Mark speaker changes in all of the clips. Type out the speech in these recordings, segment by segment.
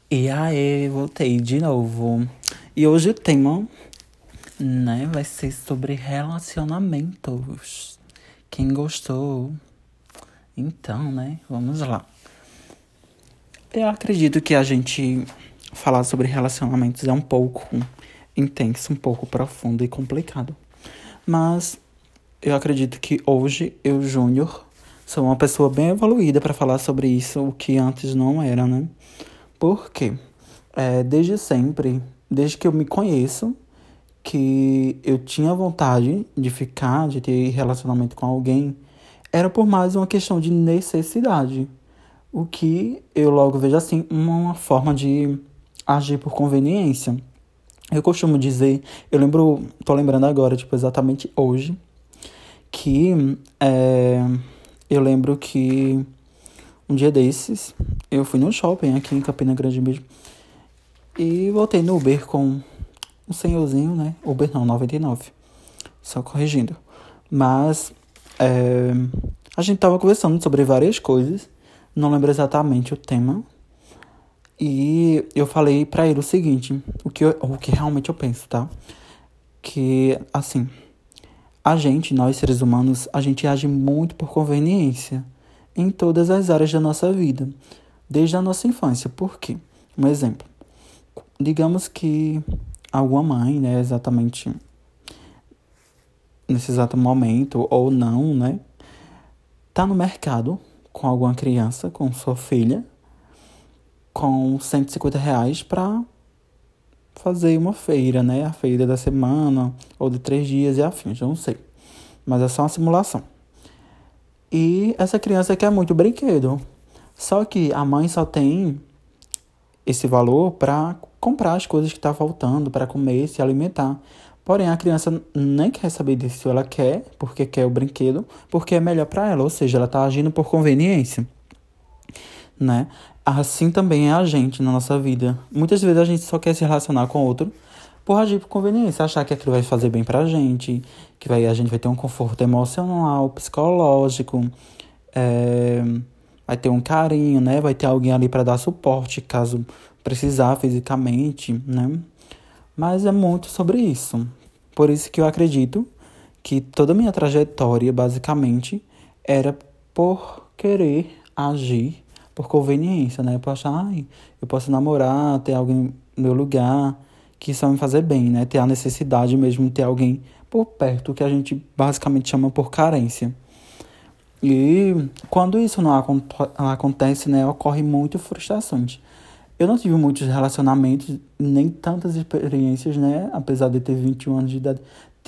Speaker 1: E aí, voltei de novo. E hoje o tema, né, vai ser sobre relacionamentos. Quem gostou? Então, né, vamos lá. Eu acredito que a gente falar sobre relacionamentos é um pouco intenso, um pouco profundo e complicado. Mas eu acredito que hoje eu, Júnior, sou uma pessoa bem evoluída para falar sobre isso, o que antes não era, né? Por quê? Desde sempre, desde que eu me conheço, que eu tinha vontade de ficar, de ter relacionamento com alguém, era por mais uma questão de necessidade. O que eu logo vejo assim, uma forma de agir por conveniência. Eu costumo dizer, tô lembrando agora, tipo, exatamente hoje, que eu lembro que um dia desses, eu fui no shopping aqui em Campina Grande mesmo, e voltei no Uber com um senhorzinho, né? Uber não, 99. Só corrigindo. Mas a gente tava conversando sobre várias coisas. Não lembro exatamente o tema. E eu falei pra ele o seguinte. O que realmente eu penso, tá? Que, assim, nós seres humanos, a gente age muito por conveniência. Em todas as áreas da nossa vida. Desde a nossa infância. Por quê? Um exemplo. Digamos que alguma mãe, né, exatamente nesse exato momento, ou não, né, tá no mercado com alguma criança, com sua filha, com R$ 150 pra fazer uma feira, né, a feira da semana, ou de 3 dias e afins, eu não sei. Mas é só uma simulação. E essa criança quer muito brinquedo. Só que a mãe só tem esse valor para comprar as coisas que tá faltando, para comer, se alimentar. Porém, a criança nem quer saber disso, ela quer, porque quer o brinquedo, porque é melhor para ela, ou seja, ela tá agindo por conveniência, né? Assim também é a gente na nossa vida. Muitas vezes a gente só quer se relacionar com outro por agir por conveniência, achar que aquilo vai fazer bem pra gente, a gente vai ter um conforto emocional, psicológico, é, vai ter um carinho, né? Vai ter alguém ali para dar suporte caso precisar fisicamente, né? Mas é muito sobre isso. Por isso que eu acredito que toda a minha trajetória, basicamente, era por querer agir por conveniência, né? Por achar, eu posso namorar, ter alguém no meu lugar, que isso vai me fazer bem, né? Ter a necessidade mesmo de ter alguém por perto, que a gente basicamente chama por carência. E quando isso não acontece, né, ocorre muito frustrações. Eu não tive muitos relacionamentos, nem tantas experiências, né, apesar de ter 21 anos de idade.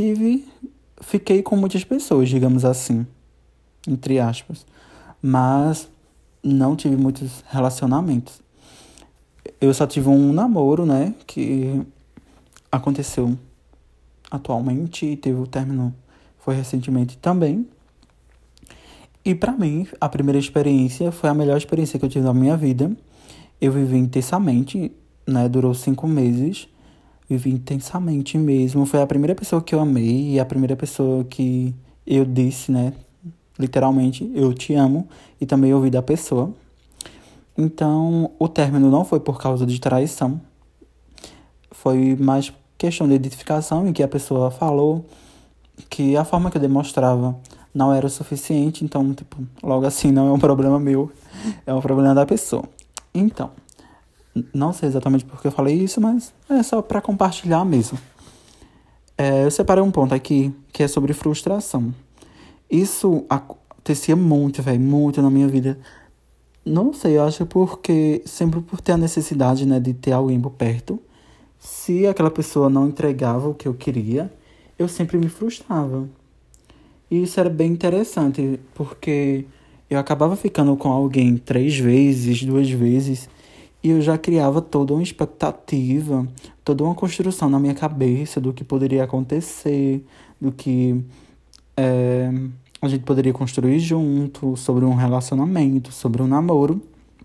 Speaker 1: Fiquei com muitas pessoas, digamos assim, entre aspas. Mas não tive muitos relacionamentos. Eu só tive um namoro, né, que aconteceu atualmente e teve o término, foi recentemente também. E pra mim, a primeira experiência foi a melhor experiência que eu tive na minha vida. Eu vivi intensamente, né? Durou 5 meses. Vivi intensamente mesmo. Foi a primeira pessoa que eu amei e a primeira pessoa que eu disse, né? Literalmente, eu te amo. E também ouvi da pessoa. Então, o término não foi por causa de traição. Foi mais questão de identificação em que a pessoa falou que a forma que eu demonstrava não era o suficiente, então, tipo, logo assim não é um problema meu, é um problema da pessoa. Então, não sei exatamente por que eu falei isso, mas é só pra compartilhar mesmo. Eu separei um ponto aqui que é sobre frustração. Isso acontecia muito, velho, muito na minha vida. Não sei, eu acho porque sempre por ter a necessidade, né, de ter alguém por perto. Se aquela pessoa não entregava o que eu queria, eu sempre me frustrava. E isso era bem interessante, porque eu acabava ficando com alguém 3 vezes, 2 vezes, e eu já criava toda uma expectativa, toda uma construção na minha cabeça do que poderia acontecer, do que a gente poderia construir junto, sobre um relacionamento, sobre um namoro.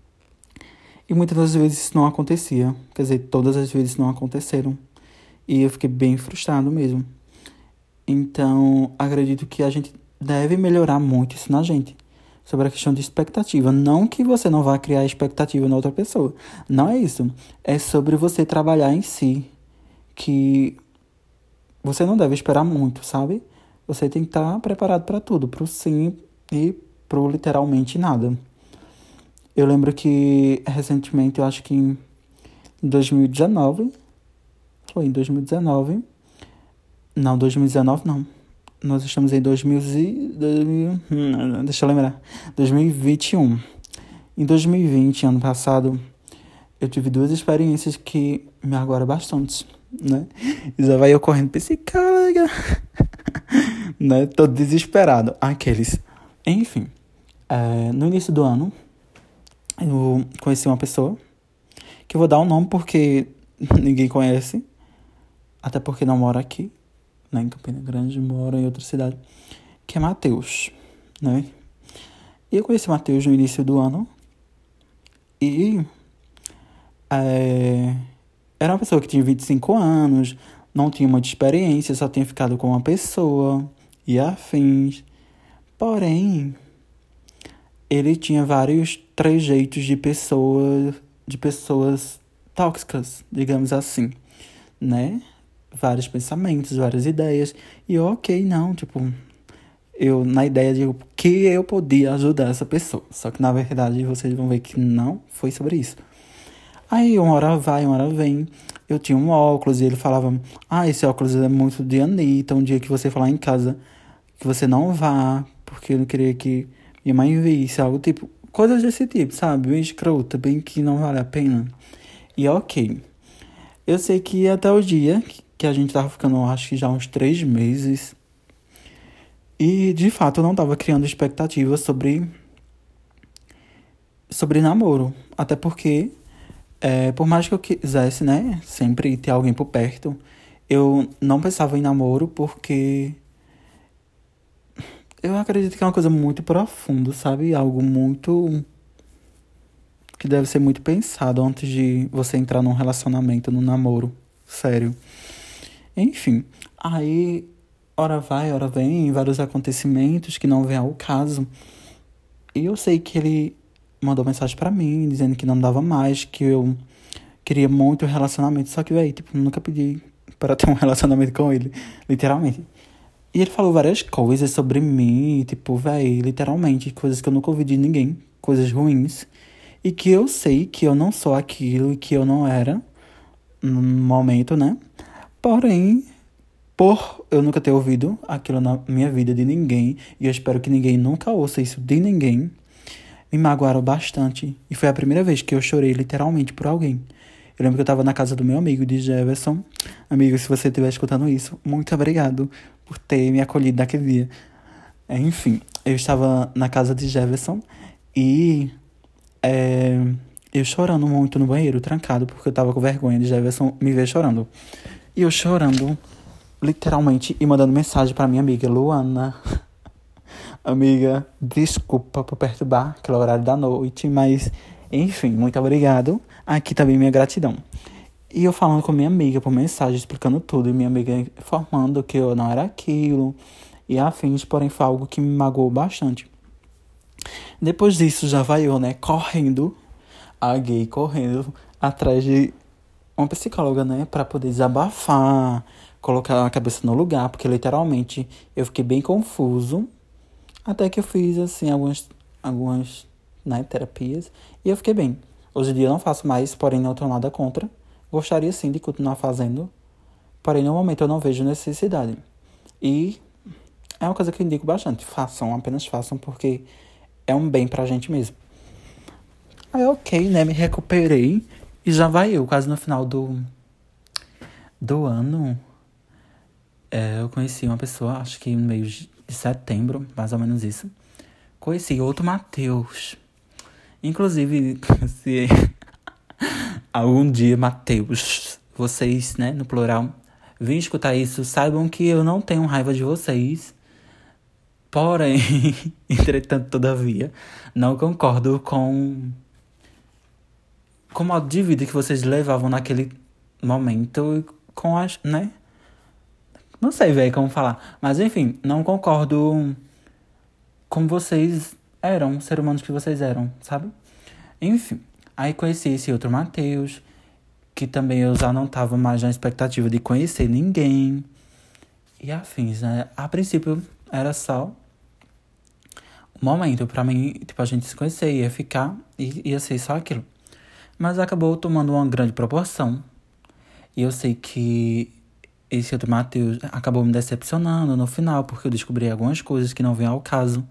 Speaker 1: E muitas das vezes isso não acontecia, quer dizer, todas as vezes não aconteceram. E eu fiquei bem frustrado mesmo. Então, acredito que a gente deve melhorar muito isso na gente. sobre a questão de expectativa. Não que você não vá criar expectativa na outra pessoa. Não é isso. É sobre você trabalhar em si. Que você não deve esperar muito, sabe? Você tem que estar preparado para tudo. Pro sim e pro literalmente nada. Eu lembro que recentemente, eu acho que em 2019... Foi em 2019... Não, 2019 não. Nós estamos em 2000, deixa eu lembrar. 2021. Em 2020, ano passado, eu tive duas experiências que me magoaram bastante, né? E já vai eu correndo, psicóloga, né? Tô desesperado. Aqueles. Enfim, no início do ano, eu conheci uma pessoa, que eu vou dar um nome porque ninguém conhece, até porque não mora aqui, né, em Campina Grande, mora em outra cidade, que é Matheus, né? E eu conheci o Matheus no início do ano e era uma pessoa que tinha 25 anos, não tinha muita experiência, só tinha ficado com uma pessoa e afins. Porém, ele tinha vários trejeitos de pessoas tóxicas, digamos assim, né? Vários pensamentos, várias ideias. E eu, ok, não, tipo, eu na ideia de que eu podia ajudar essa pessoa. Só que na verdade vocês vão ver que não foi sobre isso. Aí uma hora vai, uma hora vem. Eu tinha um óculos e ele falava: esse óculos é muito de Anitta. Um dia que você falar em casa que você não vá, porque eu não queria que minha mãe visse, algo tipo, coisas desse tipo, sabe? Bem escrota, bem que não vale a pena. E ok. Eu sei que até o dia que a gente tava ficando, acho que já uns 3 meses. E, de fato, eu não tava criando expectativas sobre namoro. Até porque, por mais que eu quisesse, né, sempre ter alguém por perto, eu não pensava em namoro porque eu acredito que é uma coisa muito profunda, sabe? Algo muito que deve ser muito pensado antes de você entrar num relacionamento, num namoro sério. Enfim, aí, hora vai, hora vem, vários acontecimentos que não vêm ao caso. E eu sei que ele mandou mensagem pra mim, dizendo que não dava mais, que eu queria muito relacionamento. Só que, véi, tipo, nunca pedi para ter um relacionamento com ele, literalmente. E ele falou várias coisas sobre mim, tipo, véi, literalmente, coisas que eu nunca ouvi de ninguém, coisas ruins. E que eu sei que eu não sou aquilo e que eu não era no momento, né? Porém, por eu nunca ter ouvido aquilo na minha vida de ninguém, e eu espero que ninguém nunca ouça isso de ninguém, me magoaram bastante. E foi a primeira vez que eu chorei literalmente por alguém. Eu lembro que eu tava na casa do meu amigo, de Jefferson. Amigo, se você estiver escutando isso, muito obrigado por ter me acolhido naquele dia. Enfim, eu estava na casa de Jefferson e eu chorando muito no banheiro, trancado, porque eu tava com vergonha de Jefferson me ver chorando. E eu chorando, literalmente, e mandando mensagem pra minha amiga Luana. Amiga, desculpa por perturbar, aquele horário da noite, mas, enfim, muito obrigado. Aqui também minha gratidão. E eu falando com minha amiga por mensagem, explicando tudo, e minha amiga informando que eu não era aquilo, e afins, porém foi algo que me magoou bastante. Depois disso, já vai eu, né, correndo, a gay correndo atrás de uma psicóloga, né, pra poder desabafar, colocar a cabeça no lugar, porque literalmente eu fiquei bem confuso, até que eu fiz, assim, algumas, né, terapias, e eu fiquei bem. Hoje em dia eu não faço mais, porém não tenho nada contra. Gostaria sim de continuar fazendo, porém no momento eu não vejo necessidade. E é uma coisa que eu indico bastante, façam, apenas façam, porque é um bem pra gente mesmo. Aí ok, né, me recuperei, e já vai eu, quase no final do ano, eu conheci uma pessoa, acho que no mês de setembro, mais ou menos isso. Conheci outro Matheus. Inclusive, se algum dia, Matheus, vocês, né, no plural, vêm escutar isso, saibam que eu não tenho raiva de vocês. Porém, entretanto, todavia, não concordo com o modo de vida que vocês levavam naquele momento, com as, né? Não sei, velho, como falar. Mas, enfim, não concordo com vocês eram, ser humanos que vocês eram, sabe? Enfim, aí conheci esse outro Matheus, que também eu já não tava mais na expectativa de conhecer ninguém. E afins, né? A princípio era só um momento pra mim, tipo, a gente se conhecer, ia ficar e ia ser só aquilo. Mas acabou tomando uma grande proporção. E eu sei que esse outro Matheus acabou me decepcionando no final, porque eu descobri algumas coisas que não vêm ao caso.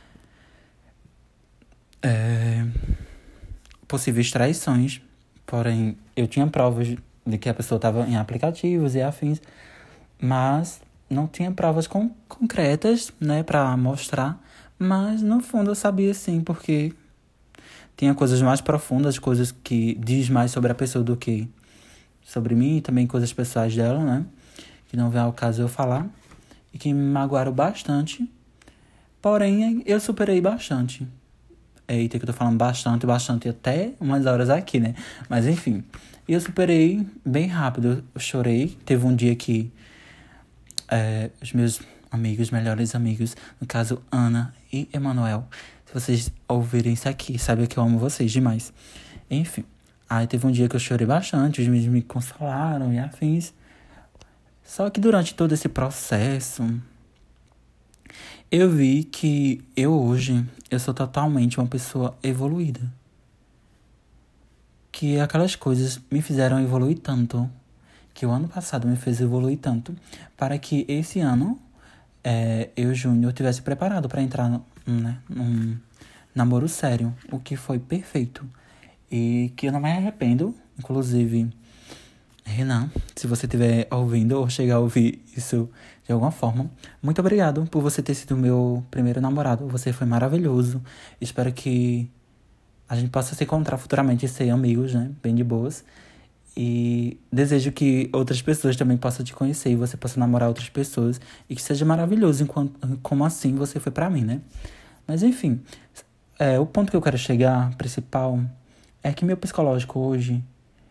Speaker 1: Possíveis traições. Porém, eu tinha provas de que a pessoa estava em aplicativos e afins, mas não tinha provas concretas, né, pra mostrar. Mas, no fundo, eu sabia sim, porque tinha coisas mais profundas, coisas que diz mais sobre a pessoa do que sobre mim, e também coisas pessoais dela, né, que não vem ao caso eu falar, e que me magoaram bastante. Porém, eu superei bastante. Eita, que eu tô falando bastante, até umas horas aqui, né? Mas enfim, eu superei bem rápido. Eu chorei. Teve um dia que os meus amigos, melhores amigos, no caso Ana e Emanuel, se vocês ouvirem isso aqui, sabem que eu amo vocês demais. Enfim, aí teve um dia que eu chorei bastante, os meninos me consolaram e afins. Só que durante todo esse processo, eu vi que eu sou totalmente uma pessoa evoluída. Que aquelas coisas me fizeram evoluir tanto, que o ano passado me fez evoluir tanto, para que esse ano, eu, Júnior, tivesse preparado para entrar num namoro sério, o que foi perfeito. E que eu não me arrependo, inclusive, Renan, se você estiver ouvindo ou chegar a ouvir isso de alguma forma, muito obrigado por você ter sido meu primeiro namorado. Você foi maravilhoso. Espero que a gente possa se encontrar futuramente e ser amigos, né? Bem de boas. E desejo que outras pessoas também possam te conhecer e você possa namorar outras pessoas. E que seja maravilhoso como assim você foi pra mim, né? Mas enfim, o ponto que eu quero chegar, principal, é que meu psicológico hoje,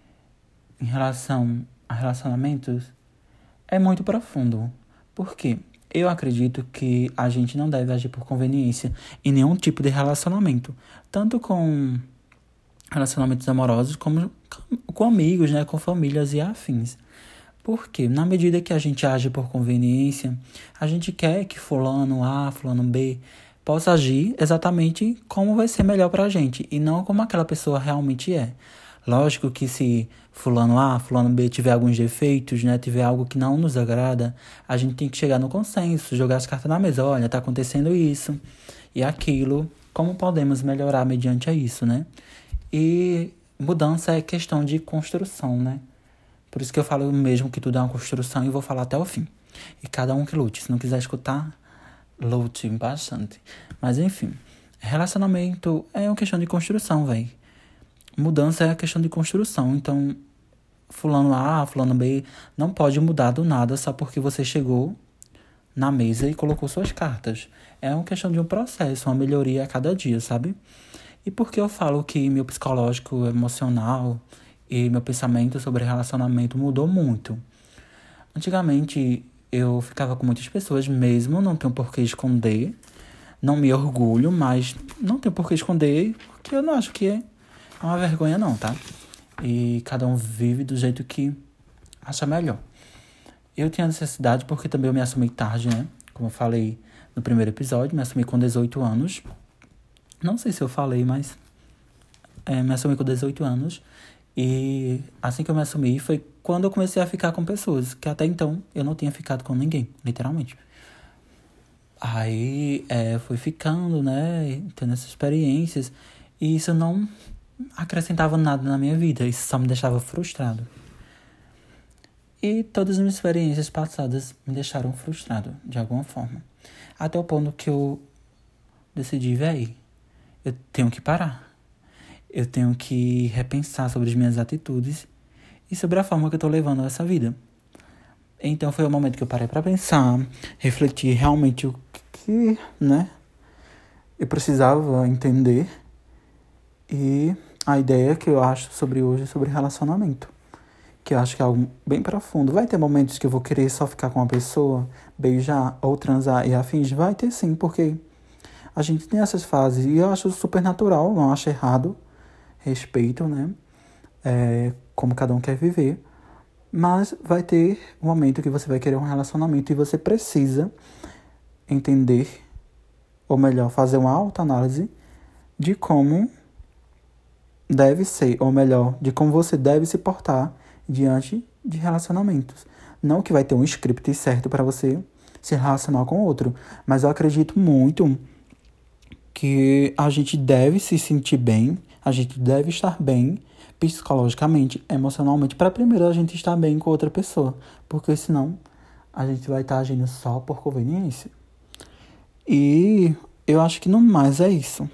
Speaker 1: em relação a relacionamentos, é muito profundo. Por quê? Eu acredito que a gente não deve agir por conveniência em nenhum tipo de relacionamento. Tanto com relacionamentos amorosos, como com amigos, né? Com famílias e afins. Porque na medida que a gente age por conveniência, a gente quer que fulano A, fulano B possa agir exatamente como vai ser melhor pra gente e não como aquela pessoa realmente é. Lógico que se fulano A, fulano B tiver alguns defeitos, né, tiver algo que não nos agrada, a gente tem que chegar no consenso, jogar as cartas na mesa. Olha, tá acontecendo isso e aquilo. Como podemos melhorar mediante a isso, né? E mudança é questão de construção, né? Por isso que eu falo mesmo que tudo é uma construção e vou falar até o fim. E cada um que lute. Se não quiser escutar, lute bastante. Mas enfim, relacionamento é uma questão de construção, velho. Mudança é a questão de construção. Então, fulano A, fulano B não pode mudar do nada só porque você chegou na mesa e colocou suas cartas. É uma questão de um processo, uma melhoria a cada dia, sabe? E por que eu falo que meu psicológico, emocional e meu pensamento sobre relacionamento mudou muito? Antigamente, eu ficava com muitas pessoas mesmo, não tenho por que esconder. Não me orgulho, mas não tenho por que esconder, porque eu não acho que é uma vergonha não, tá? E cada um vive do jeito que acha melhor. Eu tinha necessidade porque também eu me assumi tarde, né? Como eu falei no primeiro episódio, me assumi com 18 anos. Não sei se eu falei, mas me assumi com 18 anos. E assim que eu me assumi foi quando eu comecei a ficar com pessoas, que até então eu não tinha ficado com ninguém, literalmente. Aí fui ficando, né? Tendo essas experiências. E isso não acrescentava nada na minha vida, isso só me deixava frustrado. E todas as minhas experiências passadas me deixaram frustrado, de alguma forma. Até o ponto que eu decidi, véi, eu tenho que parar. Eu tenho que repensar sobre as minhas atitudes e sobre a forma que eu tô levando essa vida. Então foi o momento que eu parei pra pensar, refletir realmente o que, né, eu precisava entender. E a ideia que eu acho sobre hoje é sobre relacionamento. Que eu acho que é algo bem profundo. Vai ter momentos que eu vou querer só ficar com uma pessoa, beijar ou transar e afins? Vai ter sim, porque A gente tem essas fases e eu acho super natural, não acho errado. Respeito, né? Como cada um quer viver. Mas vai ter um momento que você vai querer um relacionamento e você precisa entender, ou melhor, fazer uma autoanálise de como deve ser, ou melhor, de como você deve se portar diante de relacionamentos. Não que vai ter um script certo para você se relacionar com o outro, mas eu acredito muito que a gente deve se sentir bem, a gente deve estar bem psicologicamente, emocionalmente, para primeiro a gente estar bem com outra pessoa, porque senão a gente vai estar agindo só por conveniência. E eu acho que no mais é isso.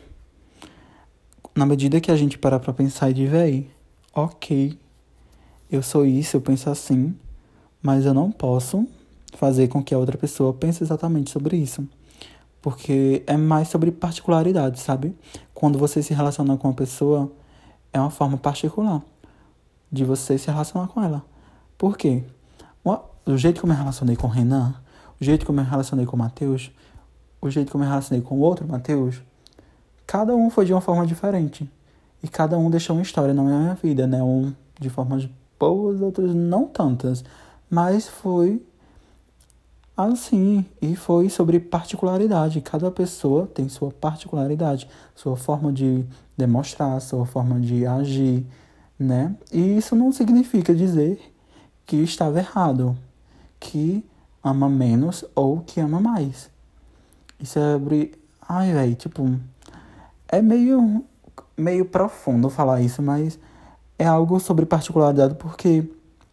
Speaker 1: Na medida que a gente parar pra pensar e dizer, véi, ok, eu sou isso, eu penso assim, mas eu não posso fazer com que a outra pessoa pense exatamente sobre isso. Porque é mais sobre particularidade, sabe? Quando você se relaciona com uma pessoa, é uma forma particular de você se relacionar com ela. Por quê? O jeito que eu me relacionei com o Renan, o jeito que eu me relacionei com o Matheus, o jeito que eu me relacionei com o outro Matheus, cada um foi de uma forma diferente. E cada um deixou uma história na minha vida, né? Um de formas boas, outros não tantas. Mas foi assim, e foi sobre particularidade. Cada pessoa tem sua particularidade, sua forma de demonstrar, sua forma de agir, né? E isso não significa dizer que estava errado, que ama menos ou que ama mais. Isso é sobre... Ai, velho, tipo... É meio profundo falar isso, mas é algo sobre particularidade porque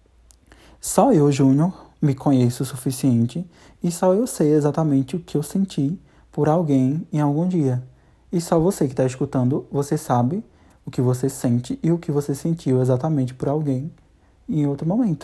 Speaker 1: só eu, Júnior, me conheço o suficiente e só eu sei exatamente o que eu senti por alguém em algum dia. E só você que está escutando, você sabe o que você sente e o que você sentiu exatamente por alguém em outro momento.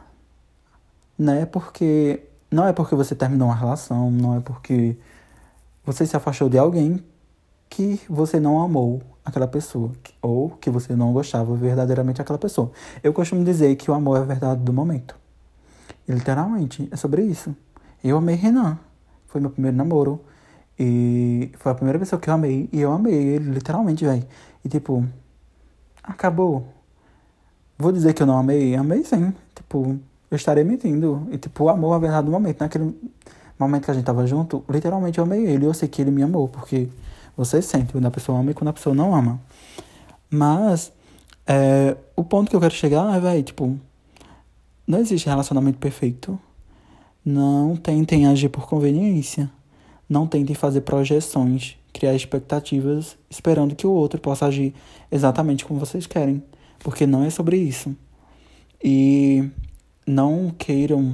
Speaker 1: Não é porque você terminou uma relação, não é porque você se afastou de alguém que você não amou aquela pessoa, ou que você não gostava verdadeiramente daquela pessoa. Eu costumo dizer que o amor é a verdade do momento. E, literalmente, é sobre isso. Eu amei Renan. Foi meu primeiro namoro. E foi a primeira pessoa que eu amei. E eu amei ele, literalmente, velho. E, tipo, acabou. Vou dizer que eu não amei? Amei sim. Tipo, eu estaria mentindo. E, tipo, o amor é a verdade do momento. Naquele momento que a gente tava junto, literalmente eu amei ele. E eu sei que ele me amou, porque... Você sente quando a pessoa ama e quando a pessoa não ama. Mas, o ponto que eu quero chegar é, velho, tipo... Não existe relacionamento perfeito. Não tentem agir por conveniência. Não tentem fazer projeções, criar expectativas, esperando que o outro possa agir exatamente como vocês querem. Porque não é sobre isso. E não queiram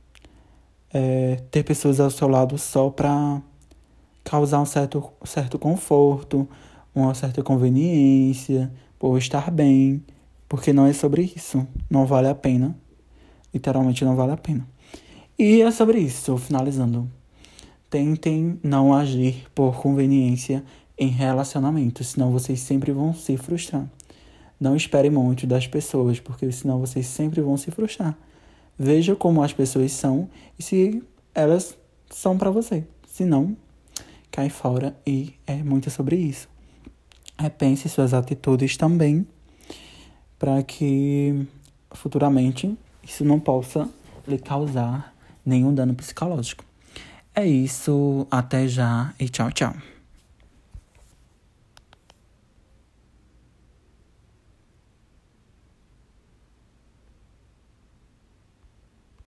Speaker 1: ter pessoas ao seu lado só pra... causar um certo conforto, uma certa conveniência, por estar bem, porque não é sobre isso. Não vale a pena. Literalmente não vale a pena. E é sobre isso, finalizando. Tentem não agir por conveniência em relacionamentos, senão vocês sempre vão se frustrar. Não esperem muito das pessoas, porque senão vocês sempre vão se frustrar. Veja como as pessoas são e se elas são pra você. Se não, cai fora e é muito sobre isso. Repense suas atitudes também para que futuramente isso não possa lhe causar nenhum dano psicológico. É isso, até já e tchau, tchau.